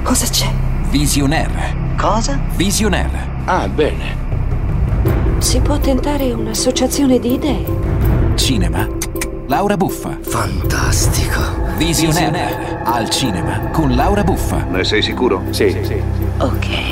Cosa c'è? Visionaire. Cosa? Visionaire. Ah, bene. Si può tentare un'associazione di idee. Cinema. Laura Buffa. Fantastico. Visionaire. Al cinema con Laura Buffa. Ne sei sicuro? Sì. Ok.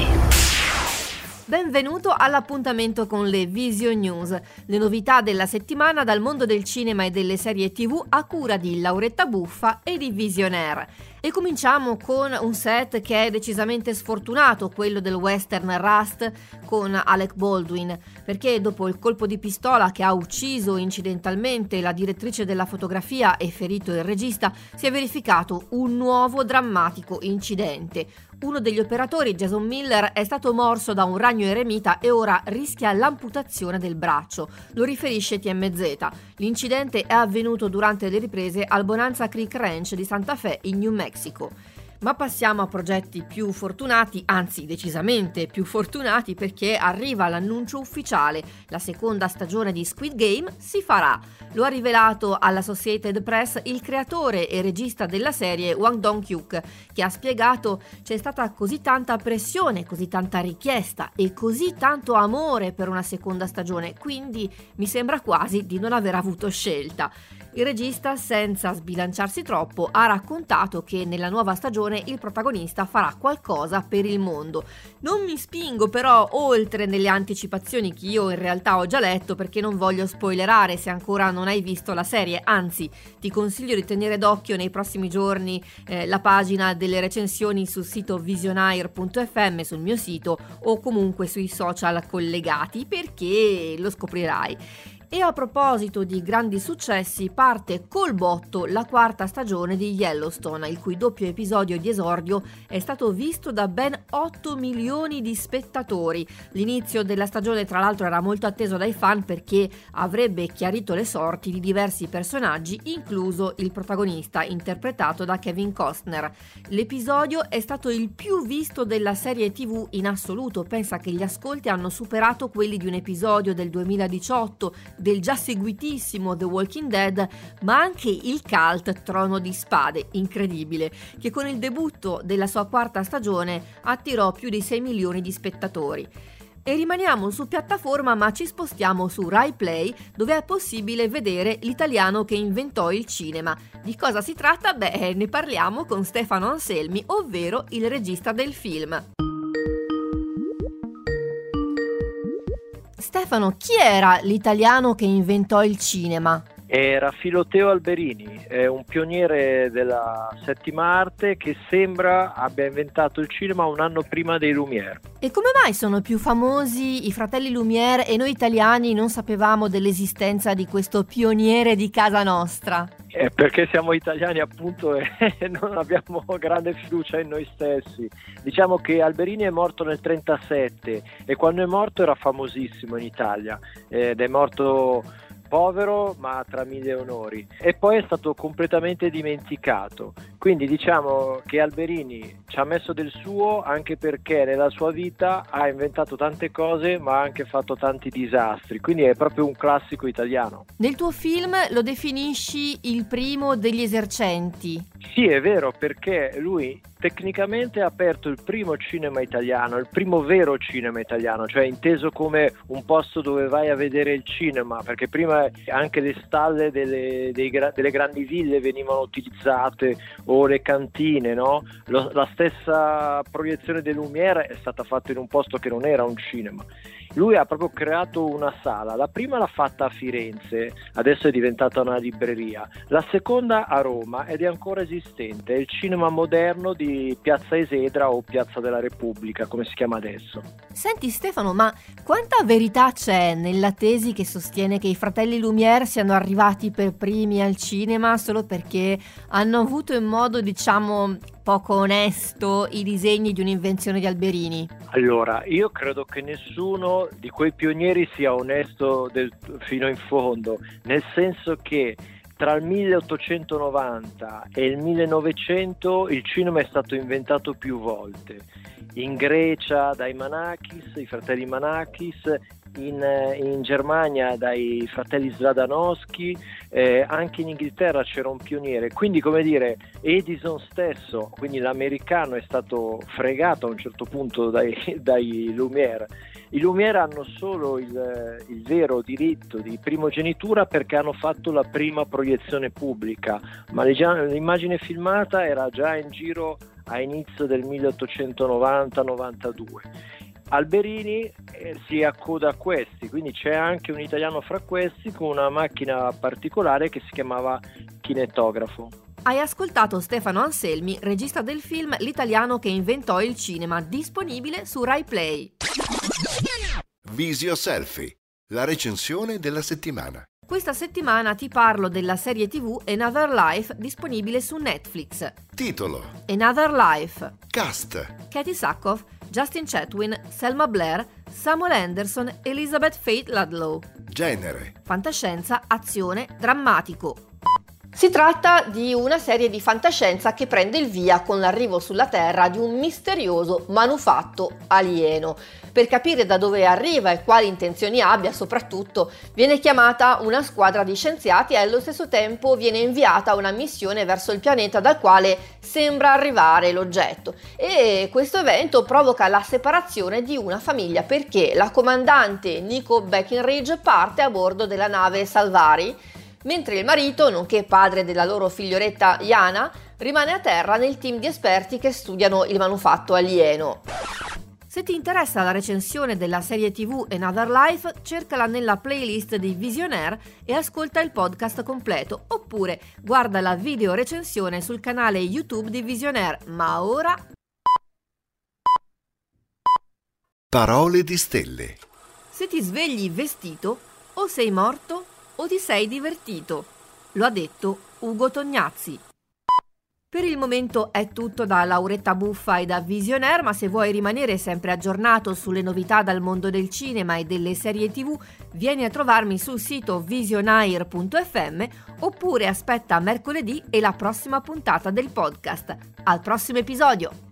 Benvenuto all'appuntamento con le Vision News, le novità della settimana dal mondo del cinema e delle serie TV a cura di Lauretta Buffa e di Visionaire. E cominciamo con un set che è decisamente sfortunato, quello del western Rust con Alec Baldwin, perché dopo il colpo di pistola che ha ucciso incidentalmente la direttrice della fotografia e ferito il regista, si è verificato un nuovo drammatico incidente. Uno degli operatori, Jason Miller, è stato morso da un ragno eremita e ora rischia l'amputazione del braccio. Lo riferisce TMZ. L'incidente è avvenuto durante le riprese al Bonanza Creek Ranch di Santa Fe in New Mexico. Ma passiamo a progetti più fortunati, anzi decisamente più fortunati, perché arriva l'annuncio ufficiale: la seconda stagione di Squid Game si farà. Lo ha rivelato alla Associated Press il creatore e regista della serie Hwang Dong-hyuk, che ha spiegato: c'è stata così tanta pressione, così tanta richiesta e così tanto amore per una seconda stagione, quindi mi sembra quasi di non aver avuto scelta. Il regista, senza sbilanciarsi troppo, ha raccontato che nella nuova stagione il protagonista farà qualcosa per il mondo. Non mi spingo però oltre nelle anticipazioni che io in realtà ho già letto, perché non voglio spoilerare se ancora non hai visto la serie, anzi ti consiglio di tenere d'occhio nei prossimi giorni la pagina delle recensioni sul sito visionaire.fm, sul mio sito, o comunque sui social collegati, perché lo scoprirai. E a proposito di grandi successi, parte col botto la quarta stagione di Yellowstone, il cui doppio episodio di esordio è stato visto da ben 8 milioni di spettatori. L'inizio della stagione, tra l'altro, era molto atteso dai fan perché avrebbe chiarito le sorti di diversi personaggi, incluso il protagonista interpretato da Kevin Costner. L'episodio è stato il più visto della serie TV in assoluto. Pensa che gli ascolti hanno superato quelli di un episodio del 2018 del già seguitissimo The Walking Dead, ma anche il cult Trono di Spade, incredibile, che con il debutto della sua quarta stagione attirò più di 6 milioni di spettatori. E rimaniamo su piattaforma, ma ci spostiamo su Rai Play, dove è possibile vedere L'italiano che inventò il cinema. Di cosa si tratta? Beh, ne parliamo con Stefano Anselmi, ovvero il regista del film. Stefano, chi era l'italiano che inventò il cinema? Era Filoteo Alberini, è un pioniere della settima arte che sembra abbia inventato il cinema un anno prima dei Lumière. E come mai sono più famosi i fratelli Lumière e noi italiani non sapevamo dell'esistenza di questo pioniere di casa nostra? Perché siamo italiani, appunto, e non abbiamo grande fiducia in noi stessi. Diciamo che Alberini è morto nel 1937 e quando è morto era famosissimo in Italia ed è morto povero ma tra mille onori, e poi è stato completamente dimenticato. Quindi diciamo che Alberini ci ha messo del suo, anche perché nella sua vita ha inventato tante cose ma ha anche fatto tanti disastri, quindi è proprio un classico italiano. Nel tuo film lo definisci il primo degli esercenti. Sì, è vero, perché lui tecnicamente ha aperto il primo cinema italiano, il primo vero cinema italiano, cioè inteso come un posto dove vai a vedere il cinema, perché prima anche le stalle delle grandi ville venivano utilizzate, o le cantine, no? La stessa proiezione dei Lumière è stata fatta in un posto che non era un cinema. Lui ha proprio creato una sala, la prima l'ha fatta a Firenze, adesso è diventata una libreria, la seconda a Roma ed è ancora esistente, è il cinema moderno di Piazza Esedra o Piazza della Repubblica, come si chiama adesso. Senti Stefano, ma quanta verità c'è nella tesi che sostiene che i fratelli Lumière siano arrivati per primi al cinema solo perché hanno avuto in modo, diciamo, poco onesto i disegni di un'invenzione di Alberini? Allora, io credo che nessuno di quei pionieri sia onesto fino in fondo, nel senso che tra il 1890 e il 1900 il cinema è stato inventato più volte. In Grecia dai Manakis, i fratelli Manakis, in Germania dai fratelli Zradanowski, anche in Inghilterra c'era un pioniere, quindi come dire Edison stesso, quindi l'americano, è stato fregato a un certo punto dai Lumière. I Lumière hanno solo il vero diritto di primogenitura perché hanno fatto la prima proiezione pubblica, ma l'immagine filmata era già in giro a inizio del 1890-92. Alberini si accoda a questi, quindi c'è anche un italiano fra questi con una macchina particolare che si chiamava kinetografo. Hai ascoltato Stefano Anselmi, regista del film L'italiano che inventò il cinema, disponibile su Rai Play. Visio Selfie, la recensione della settimana. Questa settimana ti parlo della serie TV Another Life, disponibile su Netflix. Titolo: Another Life. Cast: Katie Sackhoff, Justin Chatwin, Selma Blair, Samuel Anderson, Elizabeth Faith Ludlow. Genere: fantascienza, azione, drammatico. Si tratta di una serie di fantascienza che prende il via con l'arrivo sulla Terra di un misterioso manufatto alieno. Per capire da dove arriva e quali intenzioni abbia, soprattutto, viene chiamata una squadra di scienziati e allo stesso tempo viene inviata una missione verso il pianeta dal quale sembra arrivare l'oggetto. E questo evento provoca la separazione di una famiglia perché la comandante Nico Breckinridge parte a bordo della nave Salvari, mentre il marito, nonché padre della loro figlioletta Jana, rimane a terra nel team di esperti che studiano il manufatto alieno. Se ti interessa la recensione della serie TV Another Life, cercala nella playlist di Visionaire e ascolta il podcast completo, oppure guarda la video recensione sul canale YouTube di Visionaire. Ma ora... Parole di stelle. Se ti svegli vestito, o sei morto o ti sei divertito. Lo ha detto Ugo Tognazzi. Per il momento è tutto da Lauretta Buffa e da Visionaire, ma se vuoi rimanere sempre aggiornato sulle novità dal mondo del cinema e delle serie TV, vieni a trovarmi sul sito visionaire.fm oppure aspetta mercoledì e la prossima puntata del podcast. Al prossimo episodio!